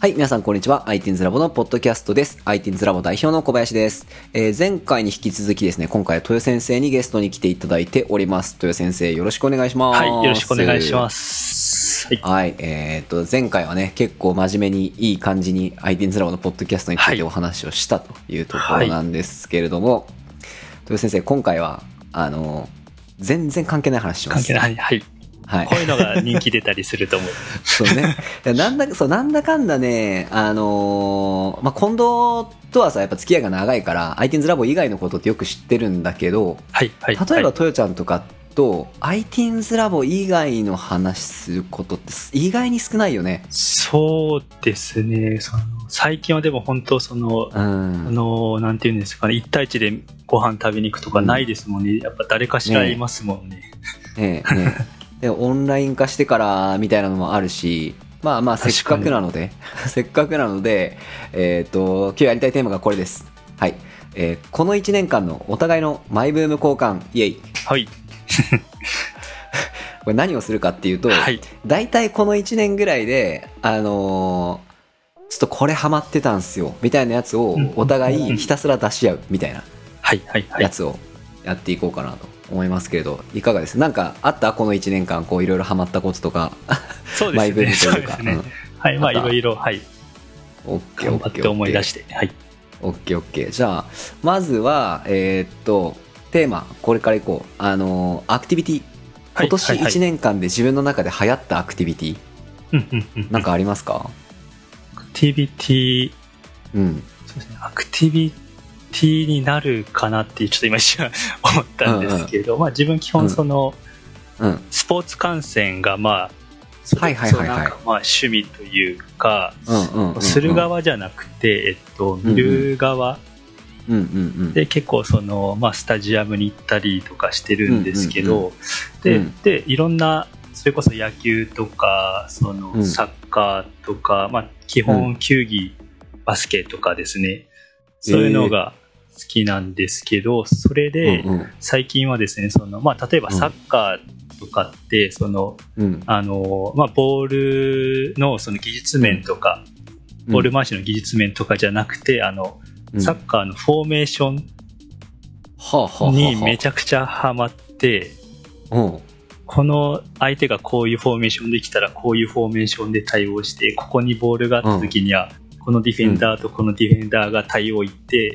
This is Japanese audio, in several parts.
はい、皆さんこんにちは。ITINS ラボのポッドキャストです。ITINS ラボ代表の小林です。前回に引き続きですね、今回は豊先生にゲストに来ていただいております。豊先生、よろしくお願いします。 はい、よろしくお願いします。 はい、前回はね、結構真面目にいい感じに ITINS ラボのポッドキャストについてお話をしたというところなんですけれども、豊先生、今回は、全然関係ない話します。 関係ない。はい。はい、こういうのが人気出たりすると思う。 そうね。なんだかんだね、近藤とはさ、やっぱ付き合いが長いから、ITINS ラボ以外のことってよく知ってるんだけど、 はいはい、 例えば豊ちゃんとかと、ITINS ラボ以外の話することって意外に少ないよね。 そうですね。最近はでも本当なんていうんですかね、1対1でご飯食べに行くとかないですもんね。やっぱ誰かしらいますもんね。 ねでオンライン化してからみたいなのもあるし、まあせっかくなので今日やりたいテーマがこれです。はい、この1年間のお互いのマイブーム交換イエイ。 はい。 これ何をするかっていうと、はい、だいたいこの1年ぐらいでちょっとこれハマってたんすよみたいなやつをお互いひたすら出し合うみたいなやつをやっていこうかなと思いますけれど、いかがです？なんかあったこの1年間こういろいろハマったこととか。 そうですね。マイブームというか、ね、はい、まあいろいろ、はい、 オッケー頑張って思い出して、はい、 オッケー。じゃあまずはテーマこれからいこう。アクティビティ、今年1年間で自分の中で流行ったアクティビティなんかありますか？ アクティビティ、そうですね、アクティビティになるかなってちょっと今一瞬思ったんですけど、まあ自分基本スポーツ観戦がまあ趣味というか、する側じゃなくて見る側で結構スタジアムに行ったりとかしてるんですけど、でいろんなそれこそ野球とかサッカーとか、まあ基本球技、バスケとかですね、そういうのが好きなんですけど、それで最近はですね、例えばサッカーとかってボールの技術面とか、ボール回しの技術面とかじゃなくてサッカーのフォーメーションにめちゃくちゃハマって、この相手がこういうフォーメーションできたらこういうフォーメーションで対応して、ここにボールがあった時にはこのディフェンダーとこのディフェンダーが対応いって、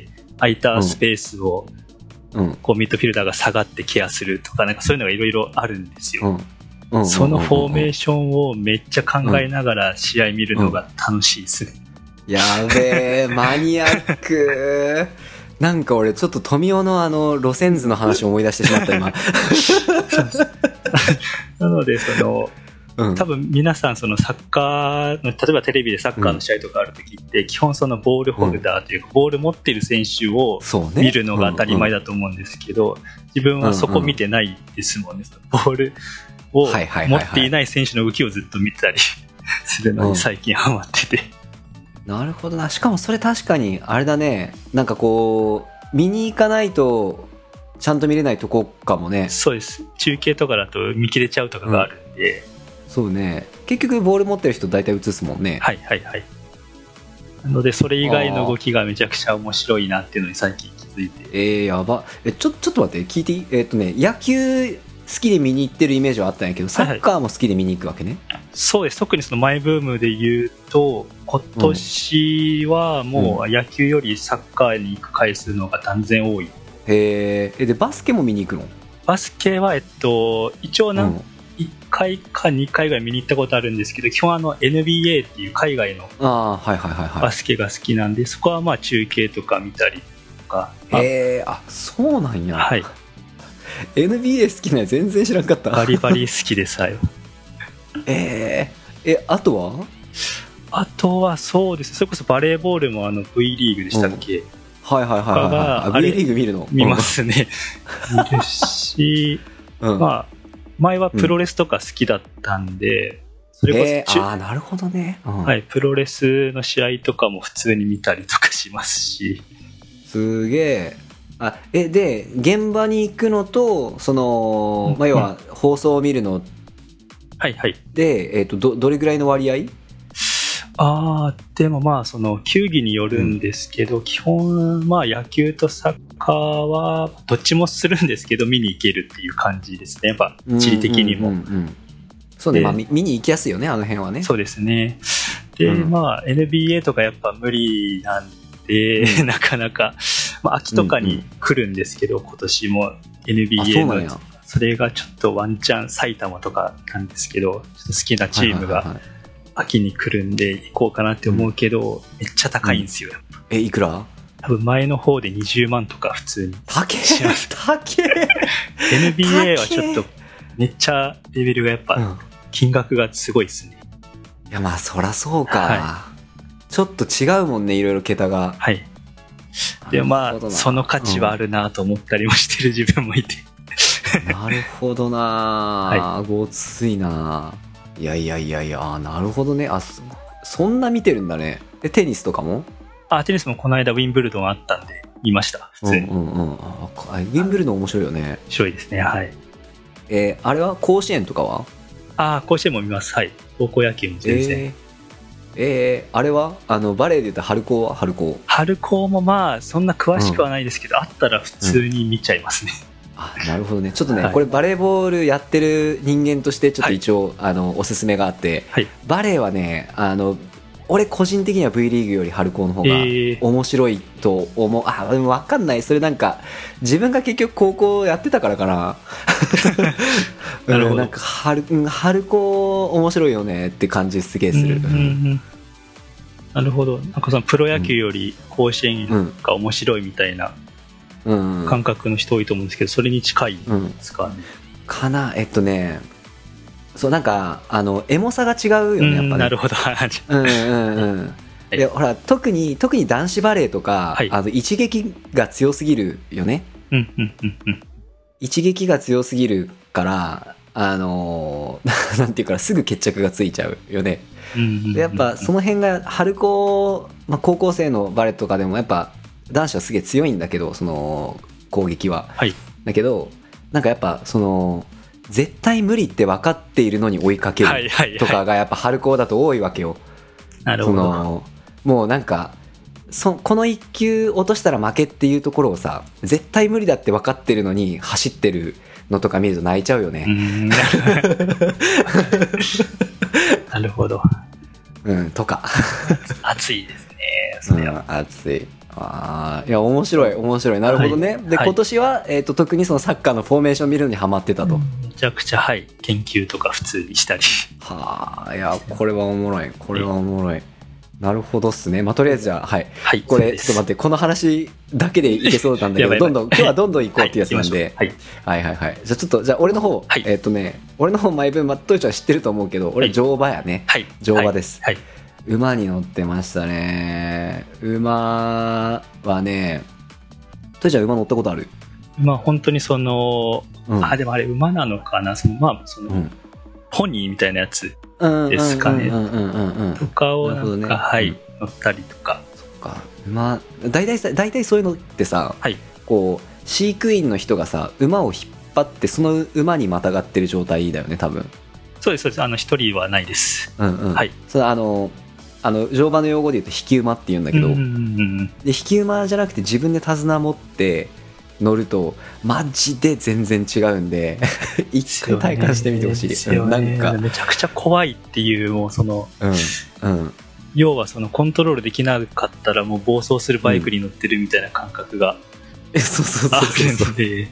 空いたスペースをこうミッドフィルダーが下がってケアするとか、なんかそういうのがいろいろあるんですよ。そのフォーメーションをめっちゃ考えながら試合見るのが楽しいですね。 やべえ、マニアック。なんか俺ちょっと富雄の路線図の話を思い出してしまった今。 なので多分皆さんサッカーの、例えばテレビでサッカーの試合とかある時って基本ボールホルダーというか、ボール持っている選手を見るのが当たり前だと思うんですけど、自分はそこ見てないですもんね。ボールを持っていない選手の動きをずっと見てたりするのに最近ハマってて。 なるほどな。しかもそれ確かにあれだね、なんかこう見に行かないとちゃんと見れないとこかもね。 そうです。中継とかだと見切れちゃうとかがあるんで、 そうね。結局ボール持ってる人大体映すもんね。 はい。なのでそれ以外の動きがめちゃくちゃ面白いなっていうのに最近気づいて。 やば。ちょっと待って、聞いていい？野球好きで見に行ってるイメージはあったんやけど、サッカーも好きで見に行くわけね。 そうです。特にマイブームで言うと、今年はもう野球よりサッカーに行く回数の方が断然多い。 でバスケも見に行くの？ バスケは一応1回か2回ぐらい見に行ったことあるんですけど、基本NBA っていう海外のバスケが好きなんで、そこはまあ中継とか見たりとか。 そうなんや。 はい。 NBA 好きなの全然知らんかった。 バリバリ好きでさよ。 あとは？ あとはそうです。それこそバレーボールもV リーグでしたっけ？ はい。V リーグ見るの？ 見ますね。見るし、まあ前はプロレスとか好きだったんで、それこそなるほどね。 はい、プロレスの試合とかも普通に見たりとかしますし。 すげえ。で現場に行くのと要は放送を見るのはい。 でどれぐらいの割合？ でもまあその球技によるんですけど、基本まあ野球とサッカーはどっちもするんですけど見に行けるっていう感じですね、やっぱ地理的にも。 そうね、まあ見に行きやすいよね、あの辺はね。 そうですね。で、まあ NBA とかやっぱ無理なんで、なかなか、まあ、秋とかに来るんですけど、今年も NBA のそれがちょっとワンチャン埼玉とかなんですけど、ちょっと好きなチームが秋に来るんで行こうかなって思うけど、めっちゃ高いんですよ。 いくら？ 多分前の方で20万とか普通にします。 高え NBA はちょっとめっちゃレベルがやっぱ金額がすごいですね。 いやまあそらそうか、ちょっと違うもんね、いろいろ桁が。 はい。でまあその価値はあるなと思ったりもしてる自分もいて。 なるほどな、ごついな。いやなるほどね。そんな見てるんだね。テニスとかも？ テニスもこの間ウィンブルドンあったんで見ました、普通に。ウィンブルドン面白いよね。 面白いですね。はい。 あれは甲子園とかは？ 甲子園も見ます。はい。高校野球も全然。 あれはバレーで言ったら春高は？ 春高もまあそんな詳しくはないですけど、あったら普通に見ちゃいますね。 なるほどね。ちょっとね、これバレーボールやってる人間としてちょっと一応、おすすめがあって、バレーはね、俺個人的には V リーグより春高の方が面白いと思う。でも分かんない。それなんか自分が結局高校やってたからかな。なるほど。なんか春高面白いよねって感じすげえする。 なるほど。なんかそのプロ野球より甲子園が面白いみたいな感覚の人多いと思うんですけど、それに近いですかね。 かな。そうなんかエモさが違うよね、やっぱね。 なるほど。 でほら特に男子バレーとか、一撃が強すぎるよね。一撃が強すぎるからなんていうかすぐ決着がついちゃうよね。でやっぱその辺が春高、高校生のバレーとかでもやっぱ男子はすげえ強いんだけど、その攻撃は、だけどなんかやっぱその絶対無理って分かっているのに追いかけるとかがやっぱ春高だと多いわけよ。 なるほど。 もうなんかこの1球落としたら負けっていうところをさ、絶対無理だって分かってるのに走ってるのとか見ると泣いちゃうよね。 なるほど。 とか熱いですね、それは。 熱い。いや面白い。なるほどね。で今年は特にそのサッカーのフォーメーション見るのにハマってたと。 めちゃくちゃ研究とか普通にしたり。 いやこれはおもろい。なるほどっすね。とりあえずじゃあこれちょっと待って、この話だけでいけそうなんだけど今日はどんどん行こうってやつなんで、じゃあちょっと俺の方俺の方毎分トヨちゃん知ってると思うけど、俺乗馬やね。乗馬です。馬に乗ってましたね。馬はね、トヨちゃん馬乗ったことある？ 本当にそのでもあれ馬なのかな、そのポニーみたいなやつですかね、とかをなんか乗ったりとか。 そっか。馬大体そういうのってさ、こう飼育員の人がさ馬を引っ張ってその馬にまたがってる状態だよね、多分。 そうです一人はないです。 それ乗馬の用語で言うと引き馬って言うんだけど、で引き馬じゃなくて自分で手綱持って乗るとマジで全然違うんで一回体感してみてほしい。なんかめちゃくちゃ怖いっていう、もうその、要はそのコントロールできなかったらもう暴走するバイクに乗ってるみたいな感覚があるので、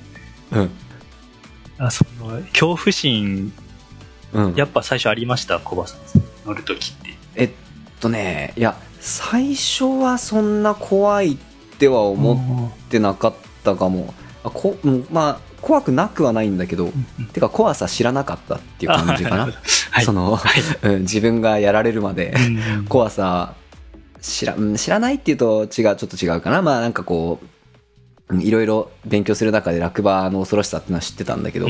その恐怖心、やっぱ最初ありました、小葉さん乗るときって？ いや最初はそんな怖いっては思ってなかったかも。怖くなくはないんだけど、てか怖さ知らなかったっていう感じかな。その、自分がやられるまで怖さ知らないっていうとちょっと違うかな。なんかこういろいろ勉強する中で落馬の恐ろしさっていうのは知ってたんだけど、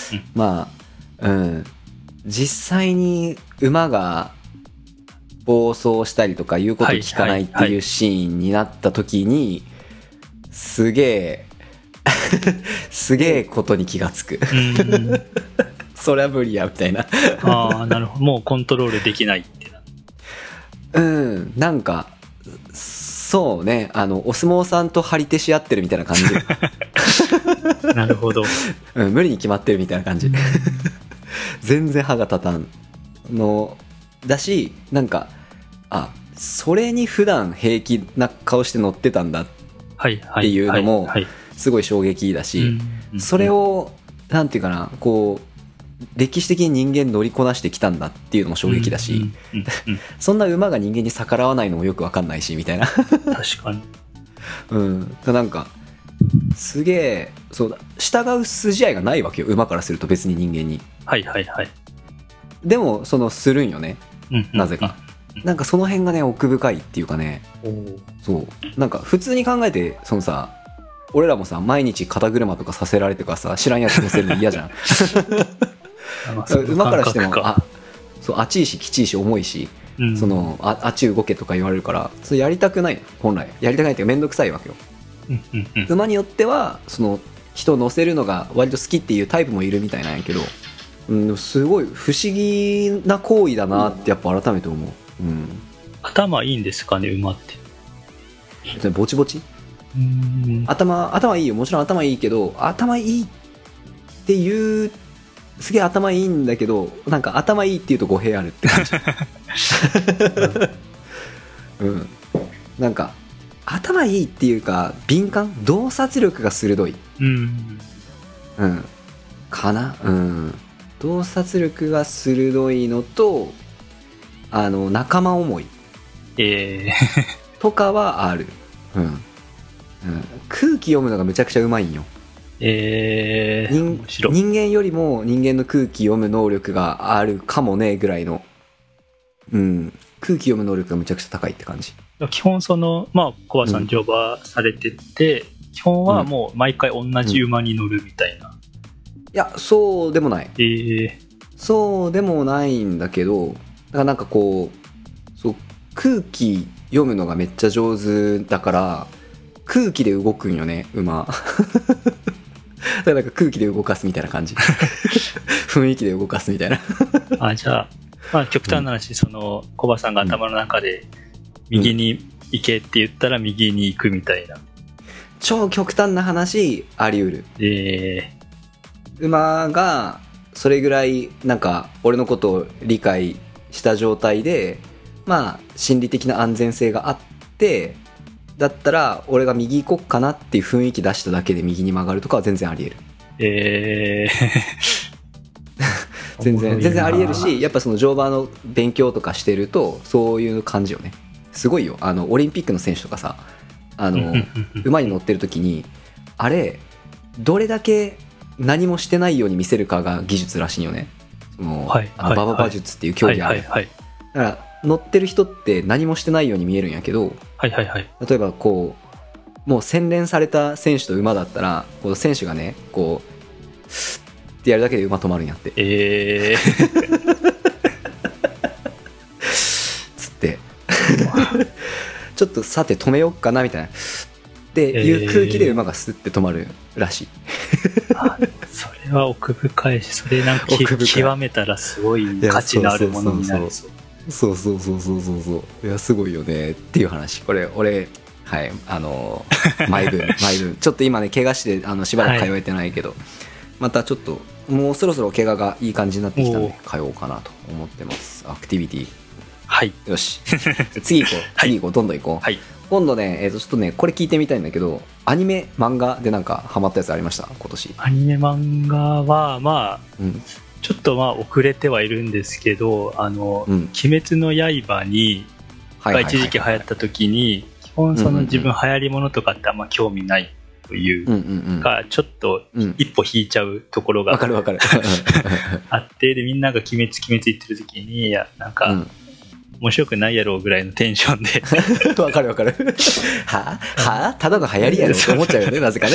実際に馬が暴走したりとか言うこと聞かないっていうシーンになった時にすげえことに気がつく。そりゃ無理やみたいな。 なるほど。もうコントロールできないってな。 なんかそうね、お相撲さんと張り手し合ってるみたいな感じなるほど、 無理に決まってるみたいな感じ全然歯が立たんのだし、なんかそれに普段平気な顔して乗ってたんだっていうのもすごい衝撃だし、それをなんていうかな、こう歴史的に人間乗りこなしてきたんだっていうのも衝撃だし、そんな馬が人間に逆らわないのもよく分かんないしみたいな確かになんかすげえ、そうだ、従う筋合いがないわけよ、馬からすると別に人間に。でもするんよね、なぜか。なんかその辺がね奥深いっていうかね、そうなんか普通に考えてさ、俺らもさ毎日肩車とかさせられてからさ、知らんやつ乗せるの嫌じゃん馬からしてもそう、あちいしきちいし重いし、あっち動けとか言われるから、それやりたくない、本来やりたくないっていうかめんどくさいわけよ。馬によっては人を乗せるのが割と好きっていうタイプもいるみたいなんやけど、すごい不思議な行為だなってやっぱ改めて思う。 頭いいんですかね、馬って。 ぼちぼち。頭いいよ、もちろん頭いいけど、頭いいっていうすげえ頭いいんだけど、なんか頭いいっていうと語弊あるって感じなんか頭いいっていうか敏感、洞察力が鋭い、かな、洞察力が鋭いのと仲間思いとかはある、空気読むのがめちゃくちゃうまいんよ。人間よりも人間の空気読む能力があるかもねぐらいの、空気読む能力がめちゃくちゃ高いって感じ。 基本コバさん乗馬されてて、基本はもう毎回同じ馬に乗るみたいな。 いや、そうでもない、そうでもないんだけど、だからなんかこう、そう空気読むのがめっちゃ上手だから空気で動くんよね、馬だからなんか空気で動かすみたいな感じ雰囲気で動かすみたいなじゃあ、極端な話、コバさんが頭の中で右に行けって言ったら右に行くみたいな、 超極端な話あり得る。馬がそれぐらいなんか俺のことを理解した状態で、心理的な安全性があってだったら、俺が右行こっかなっていう雰囲気出しただけで右に曲がるとかは全然あり得る。全然あり得るし、やっぱ乗馬の勉強とかしてるとそういう感じよね。すごいよ、オリンピックの選手とかさ、馬に乗ってる時にあれどれだけ何もしてないように見せるかが技術らしいよね。馬場馬術っていう競技ある。だから乗ってる人って何もしてないように見えるんやけど、例えばこうもう洗練された選手と馬だったら、こう選手がねこうってやるだけで馬止まるんやって。つってちょっとさて止めようかなみたいなっていう空気で馬がスッて止まるらしい。 それは奥深いし、それなんか極めたらすごい価値のあるものになりそう。 いやすごいよねっていう話。これ俺毎分ちょっと今ね怪我してしばらく通えてないけど、またちょっともうそろそろ怪我がいい感じになってきたんで通おうかなと思ってます。アクティビティ。よし次行こうどんどん行こう。今度ね、ちょっとねこれ聞いてみたいんだけど、アニメ漫画でなんかハマったやつありました今年？ アニメ漫画はちょっと遅れてはいるんですけど、鬼滅の刃が一時期流行った時に、基本自分流行り物とかってあんま興味ないというか、ちょっと一歩引いちゃうところがあって、でみんなが鬼滅言ってる時に、いやなんか面白くないやろうぐらいのテンションでわかるはぁただの流行りやろと思っちゃうよねなぜかね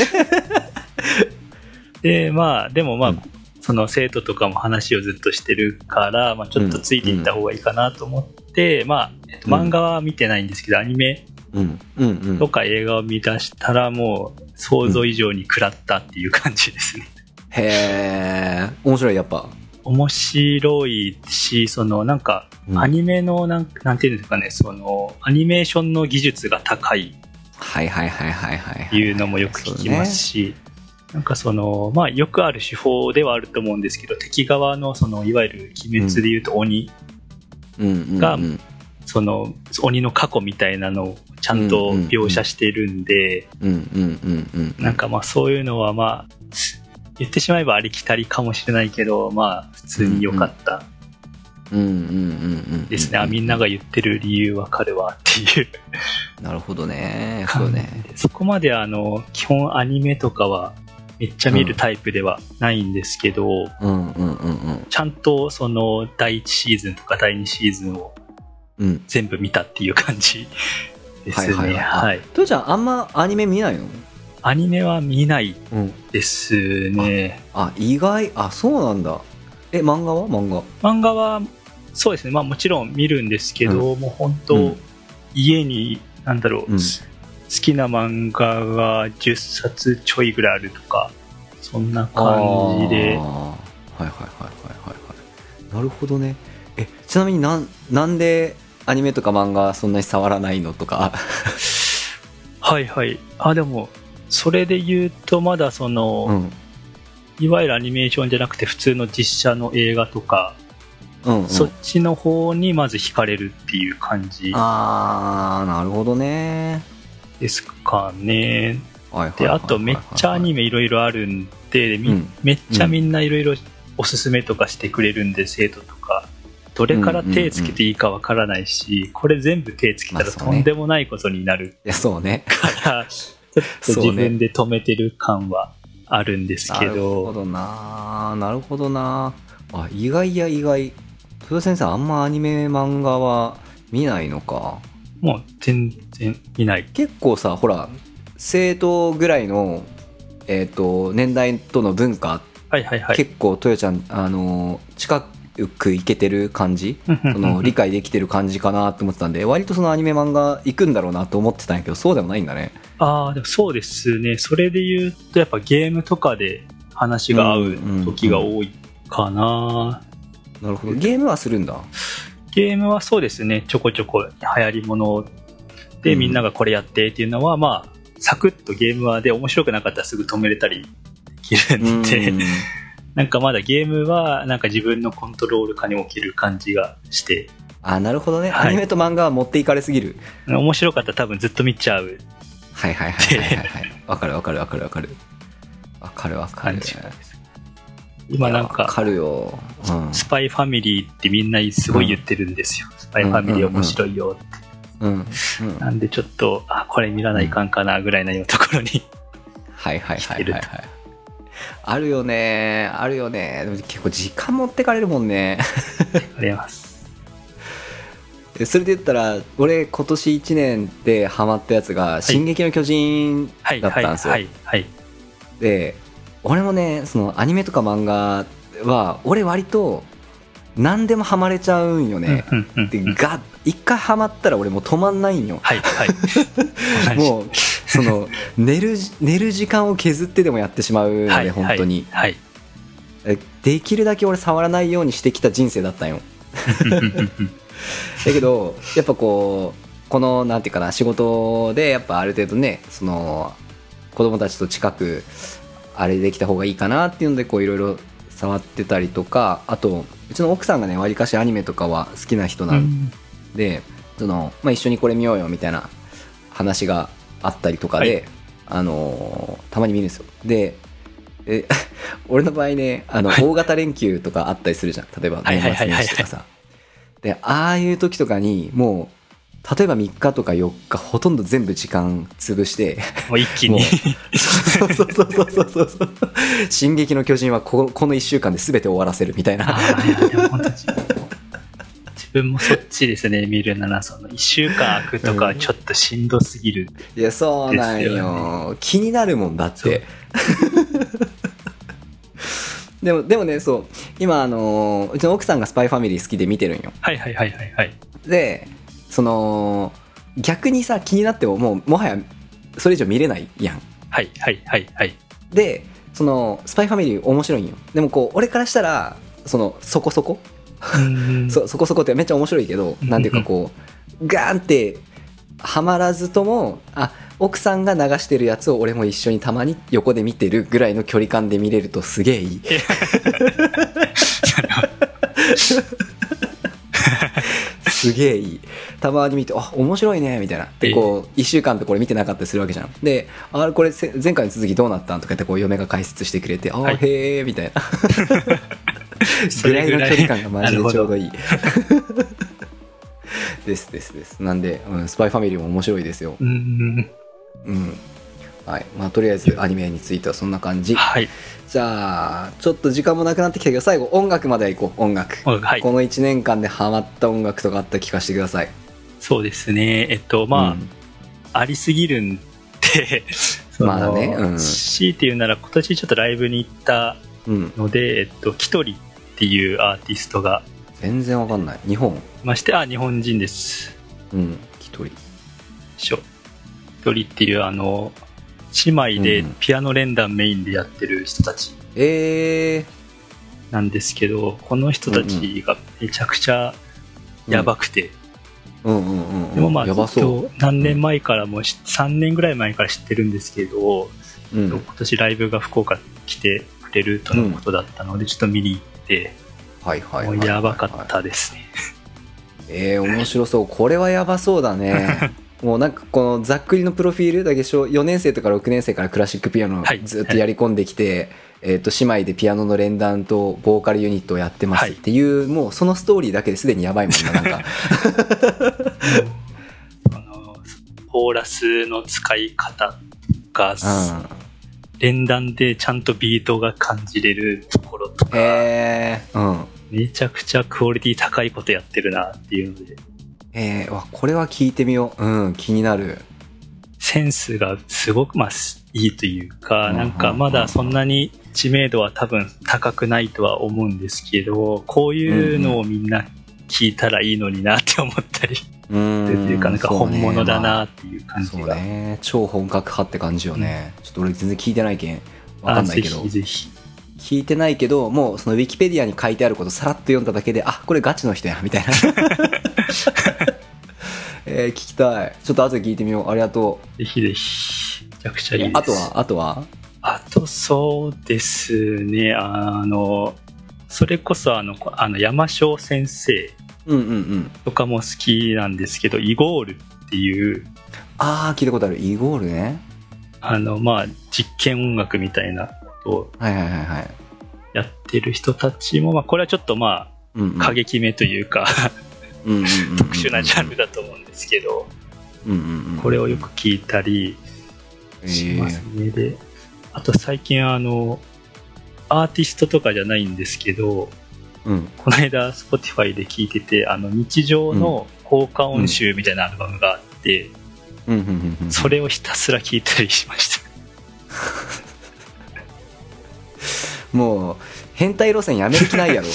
ででもその生徒とかも話をずっとしてるから、ちょっとついていった方がいいかなと思って、漫画は見てないんですけど、アニメとか映画を見出したらもう想像以上に食らったっていう感じですね。 へー、面白い。やっぱ面白いし、なんかアニメのなんていうんですかね、そのアニメーションの技術が高いいうのもよく聞きますし、なんかそのまあよくある手法ではあると思うんですけど、敵側のそのいわゆる鬼滅でいうと鬼がその鬼の過去みたいなのをちゃんと描写してるんで、なんかまあそういうのはまあ言ってしまえばありきたりかもしれないけど、まあ普通に良かったですね。みんなが言ってる理由わかるわっていうなるほどね。そうね。 そこまで基本アニメとかはめっちゃ見るタイプではないんですけど、ちゃんとその第1シーズンとか第2シーズンを全部見たっていう感じですね。はい。 とーちゃんあんまアニメ見ないの？ アニメは見ないですね。 意外。そうなんだ。漫画は？ 漫画はそうですね。まあもちろん見るんですけど、もう本当、家になんだろう、好きな漫画が10冊ちょいぐらいあるとか、そんな感じで。 なるほどね。ちなみになんでアニメとか漫画そんなに触らないのとかはいはい。でもそれで言うとまだその、いわゆるアニメーションじゃなくて普通の実写の映画とか、そっちの方にまず惹かれるっていう感じ。 なるほどね。 ですかね。で、あとめっちゃアニメいろいろあるんで、めっちゃみんないろいろおすすめとかしてくれるんで、生徒とかどれから手つけていいかわからないし、これ全部手つけたらとんでもないことになるそうねからちょっと自分で止めてる感はあるんですけど。 なるほどな。意外や意外。豊田先生あんまアニメ漫画は見ないのか。 もう全然見ない。 結構さ、ほら生徒ぐらいの年代との文化、結構豊ちゃん近くいけてる感じその理解できてる感じかなと思ってたんで、割とそのアニメ漫画行くんだろうなと思ってたんやけど、そうでもないんだね。 でもそうですね。それで言うとやっぱゲームとかで話が合う時が多いかな。 なるほど。ゲームはするんだ。 ゲームはそうですね。ちょこちょこ流行り物でみんながこれやってっていうのは、まあサクッとゲームはで面白くなかったらすぐ止めれたりできるんで、なんかまだゲームはなんか自分のコントロール下に置ける感じがして。 なるほどね。アニメと漫画は持っていかれすぎる。 面白かったら多分ずっと見ちゃう。 わかる。 今なんかわかるよ、 スパイファミリーってみんなすごい言ってるんですよ。スパイファミリー面白いよって。なんでちょっとこれ見らないかんかなぐらいのところに来てると。 あるよね。でも結構時間持ってかれるもんね。 あります。 それで言ったら俺今年1年でハマったやつが「進撃の巨人」だったんですよ。で俺もね、そのアニメとか漫画は俺割と何でもハマれちゃうんよね。で一回ハマったら俺もう止まんないんよ。もうその寝る時間を削ってでもやってしまうので、本当にできるだけ俺触らないようにしてきた人生だったんよ。だけどやっぱこのなんていうかな、仕事でやっぱある程度ね、その子供たちと近くあれできた方がいいかなっていうのでこういろいろ触ってたりとか、あとうちの奥さんがねわりかしアニメとかは好きな人なんで、その一緒にこれ見ようよみたいな話があったりとかで、たまに見るんですよ。で俺の場合ね、大型連休とかあったりするじゃん。例えば年末年始とかさ。でああいう時とかにもう例えば3日とか4日ほとんど全部時間潰してもう一気にそう進撃の巨人はこの1週間で全て終わらせるみたいな。 でも本当自分もそっちですね。見るならその1週間空くとかちょっとしんどすぎる、 いやそうなんよ。気になるもんだってでもね、そう今うちの奥さんがスパイファミリー好きで見てるんよ。でその逆にさ気になってももはやそれ以上見れないやん。でそのスパイファミリー面白いんよ。でもこう俺からしたらそこそこそこそこってめっちゃ面白いけど、なんていうかこうガーンってはまらずとも、奥さんが流してるやつを俺も一緒にたまに横で見てるぐらいの距離感で見れるとすげえいいすげえいい。たまに見て面白いねみたいなで、こう1週間ってこれ見てなかったりするわけじゃん。でこれ前回の続きどうなったんとかってこう嫁が解説してくれて、はい、へえみたいなぐらいの距離感がマジでちょうどいいですなんで、スパイファミリーも面白いですよ。はい、とりあえずアニメについてはそんな感じ。はい、じゃあちょっと時間もなくなってきたけど、最後音楽まではいこう。音楽、はい、この1年間でハマった音楽とかあったら聞かせてください。 そうですね、ありすぎるんでまだね、 強いて言うなら今年ちょっとライブに行ったので、キトリっていうアーティストが、 全然わかんない。日本まして、日本人です。 キトリっていう姉妹でピアノ連弾メインでやってる人たちなんですけど、この人たちがめちゃくちゃやばくて、でもずっと何年前からも3年ぐらい前から知ってるんですけど、今年ライブが福岡来てくれるとのことだったので、ちょっと見に行って、もうやばかったですね。 面白そう。これはやばそうだねもうなんかこのざっくりのプロフィールだけ4年生とか6年生からクラシックピアノずっとやり込んできて、姉妹でピアノの連弾とボーカルユニットをやってますっていう、もうそのストーリーだけですでにやばいもんな、なんかコーラスの使い方が、連弾でちゃんとビートが感じれるところとか、めちゃくちゃクオリティ高いことやってるなっていうので、 これは聞いてみよう。気になる。 センスがすごくいいというか、なんかまだそんなに知名度は多分高くないとは思うんですけど、こういうのをみんな聞いたらいいのになって思ったりというか、なんか本物だなっていう感じが。そうね、 超本格派って感じよね。ちょっと俺全然聞いてないけんわかんないけど、 ぜひ聞いてないけど、もうそのウィキペディアに書いてあることさらっと読んだだけで、これガチの人やみたいな聞きたい。ちょっと後で聞いてみよう。ありがとう。ぜひぜひ。めちゃくちゃいいです。 あとそうですね、それこそ山椒先生とかも好きなんですけど、イゴールっていう、 聞いたことある。イゴールね。 実験音楽みたいなことをやってる人たちも、これはちょっと過激めというか特殊なジャンルだと思うんですけど、これをよく聞いたりしますね。で、あと最近アーティストとかじゃないんですけど、この間 Spotify で聞いてて、日常の効果音集みたいなアルバムがあって、それをひたすら聞いたりしましたもう変態路線やめる気ないやろ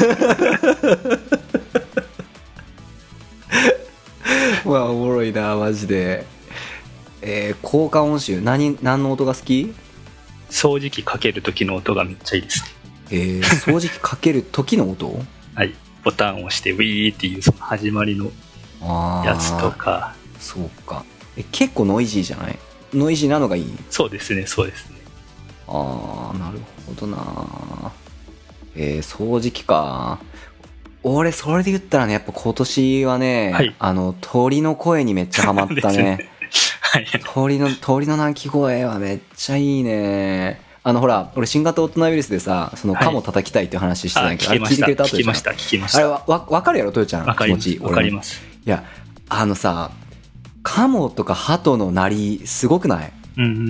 おもろいなマジで。効果音集、何の音が好き？ 掃除機かける時の音がめっちゃいいですね。 掃除機かける時の音はい、ボタンを押してウィーっていうその始まりのやつとか。 そうか。結構ノイジーじゃない？ノイジーなのがいい？ そうですね。なるほどな。掃除機か。俺それで言ったらね、やっぱ今年はね、鳥の声にめっちゃハマったね。鳥の鳴き声はめっちゃいいね。ほら、俺新型オトナウイルスでさ、そのカモ叩きたいっていう話してたんだけど、あれ聞いてくれた後でしょ？聞きました。あれわかるやろ、トヨちゃん。 気持ち。わかります。 いや、さ、カモとかハトの鳴りすごくない？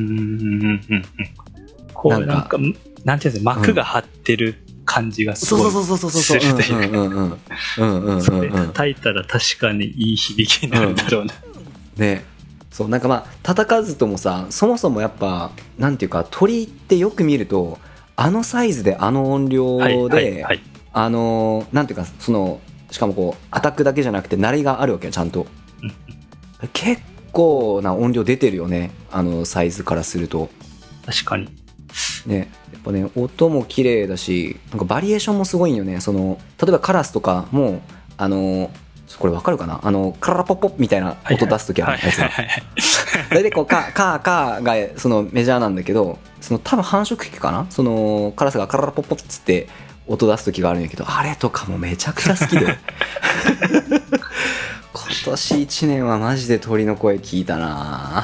こうなんかなんていうんですか、膜が張ってる感じがすごいするというか、それ叩いたら確かにいい響きになるんだろうな。 ね、そう、なんか叩かずともさ、そもそもやっぱなんていうか、鳥ってよく見るとサイズで音量で、なんていうか、そのしかもこうアタックだけじゃなくて鳴りがあるわけよ、ちゃんと。結構な音量出てるよね、サイズからすると。 確かに。 ね、やっぱね音も綺麗だし、なんかバリエーションもすごいんよね。その例えばカラスとかもこれわかるかな、カラポポみたいな音出すときあるやつが大体こうカーがそのメジャーなんだけど、その多分繁殖期かな、そのカラスがカラポポっつって音出すときがあるんやけど、あれとかもめちゃくちゃ好きで今年1年はマジで鳥の声聞いたな。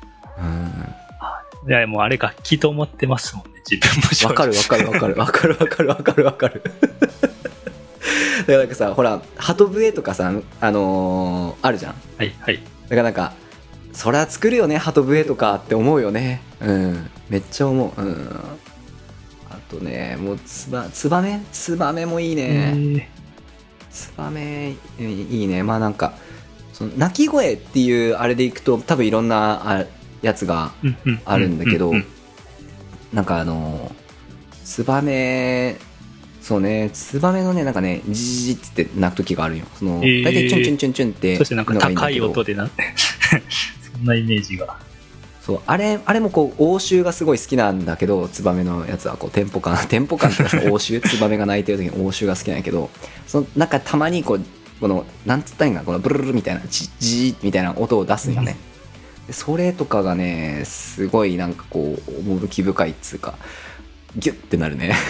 いやもうあれ楽器と思ってますもんね、自分も正直。 わかるだからなんかさ、ほら鳩笛とかさ、あるじゃん。 はいはい。 だからなんかそりゃ作るよね鳩笛とかって思うよね。めっちゃ思う。あとね、もうツバメもいいね。ツバメいいね。まあなんかその鳴き声っていうあれでいくと多分いろんなやつがあるんだけど、なんかツバメ、そうね、ツバメのね、なんかね、ジジジって鳴く時があるよ。その大体チュンチュンチュンチュンってそしてなんか高い音でなってそんなイメージが。 そう、あれもこう応酬がすごい好きなんだけど、ツバメのやつはこうテンポ感っていうか応酬、ツバメが鳴いてる時に応酬が好きなんやけど、そのなんかたまにこのなんつったんや、このブルルルみたいなジジジみたいな音を出すんよね。でそれとかがね、すごいなんかこう趣深いっつうかギュッてなるね。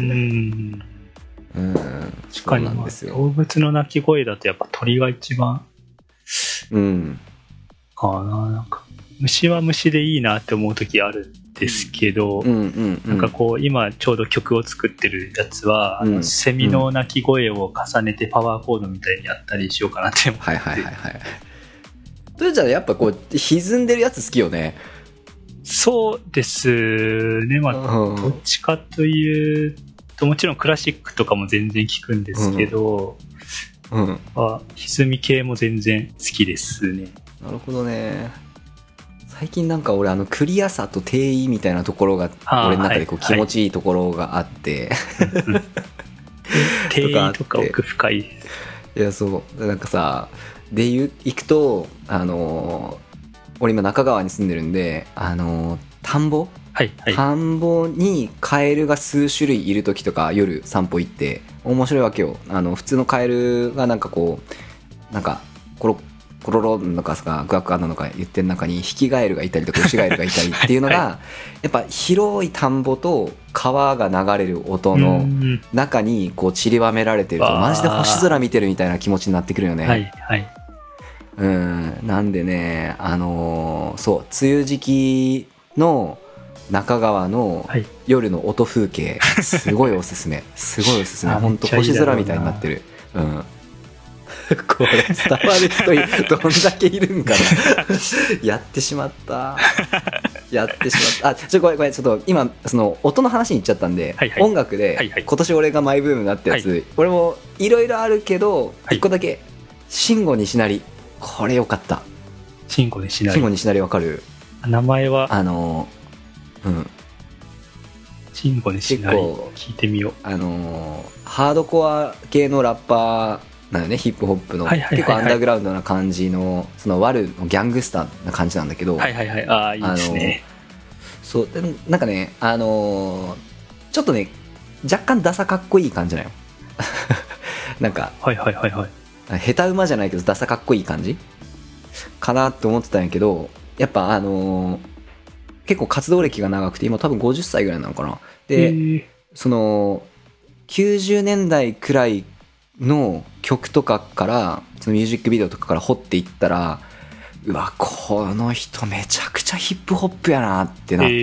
確かに、なんですよ。動物の鳴き声だとやっぱ鳥が一番かな。なんか虫は虫でいいなって思う時あるんですけど、なんかこう今ちょうど曲を作ってるやつは、セミの鳴き声を重ねてパワーコードみたいにやったりしようかなって思って。 それじゃあやっぱこう歪んでるやつ好きよね。 そうですね。まあどっちかというと、もちろんクラシックとかも全然聞くんですけど、歪み系も全然好きですね。 なるほどね。最近なんか俺クリアさと定位みたいなところが俺の中でこう気持ちいいところがあって、 定位とか奥深い。 いやそうなんかさで行くと俺今中川に住んでるんで田んぼ、田んぼにカエルが数種類いる時とか夜散歩行って面白いわけよ。普通のカエルがなんかこうなんかコロロなのかさグワグワなのか言ってる中にヒキガエルがいたりとかウシガエルがいたりっていうのがやっぱ広い田んぼと川が流れる音の中にこう散りばめられてるとマジで星空見てるみたいな気持ちになってくるよね。なんでねそう梅雨時期の中川の夜の音風景すごいおすすめほんと星空みたいになってる。これ伝わる人どんだけいるんかなやってしまったごめんちょっと今その音の話に行っちゃったんで、音楽で今年俺がマイブームになったやつ、俺もいろいろあるけど一個だけ慎吾西成、これよかった。 慎吾西成わかる？ 名前は慎吾西成聞いてみよう。 ハードコア系のラッパーなのね、ヒップホップの結構アンダーグラウンドな感じのそのワルのギャングスターな感じなんだけど、 いいですね。 そうなんかねちょっとね若干ダサかっこいい感じなのよなんか下手馬じゃないけどダサかっこいい感じかなって思ってたんやけど、やっぱ結構活動歴が長くて今多分50歳ぐらいなのかな。でその90年代くらいの曲とかからそのミュージックビデオとかから掘っていったら、うわこの人めちゃくちゃヒップホップやなってなった。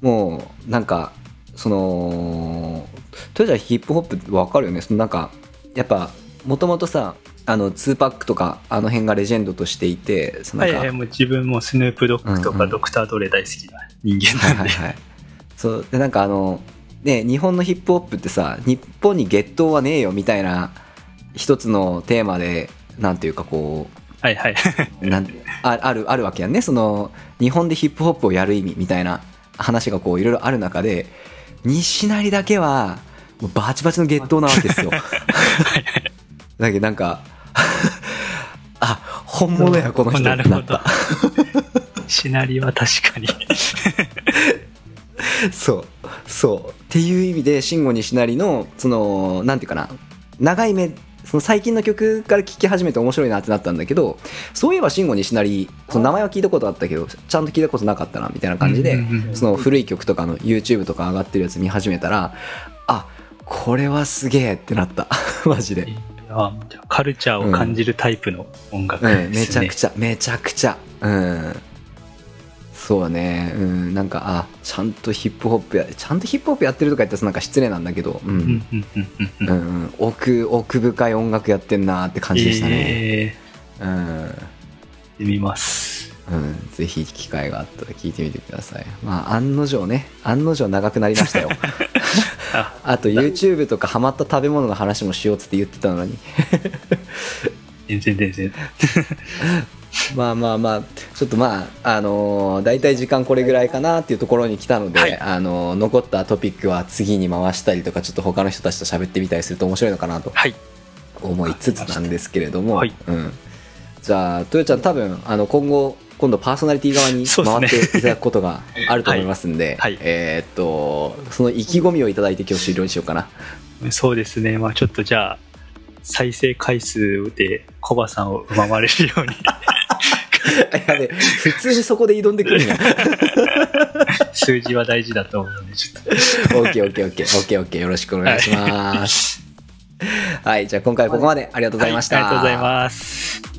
もうなんかそのとりあえずヒップホップ分かるよね。そのなんかやっぱもともとさ2パックとかあの辺がレジェンドとしていて、 そのなんかもう自分もスヌープドッグとかドクタードレ大好きな人間なんで、 そうでなんかね、日本のヒップホップってさ、日本に月頭はねえよみたいな一つのテーマでなんていうかこう、あるわけやんね。その日本でヒップホップをやる意味みたいな話がこういろいろある中で、西成だけはもうバチバチの月頭なわけですよだけどなんか本物やこの人ってなった。 シナリオは確かにそうっていう意味で慎吾西成のそのなんていうかな、長い目、その最近の曲から聴き始めて面白いなってなったんだけど、そういえば慎吾西成その名前は聞いたことあったけどちゃんと聞いたことなかったなみたいな感じで、その古い曲とかの YouTube とか上がってるやつ見始めたら、あ、これはすげえってなったマジで。 カルチャーを感じるタイプの音楽ですね。 めちゃくちゃ、そうね、なんかちゃんとヒップホップやってるとか言ったらなんか失礼なんだけど、奥深い音楽やってんなって感じでしたね。 見ます。 ぜひ機会があったら聞いてみてください。まあ案の定長くなりましたよ。あと YouTube とかハマった食べ物の話もしようっつって言ってたのに。 全然。 まあちょっと大体時間これぐらいかなっていうところに来たので、はい、残ったトピックは次に回したりとか、ちょっと他の人たちと喋ってみたりすると面白いのかなと思いつつなんですけれども、じゃあトヨちゃん多分今度パーソナリティ側に回っていただくことがあると思いますんで、その意気込みをいただいて今日終了にしようかな。 そうですね、ちょっとじゃあ再生回数でコバさんを上回れるようにやべ、普通にそこで挑んでくるんや。 数字は大事だと思うのでちょっと OK よろしくお願いします。はい、じゃあ今回ここまでありがとうございました。 はい、ありがとうございます。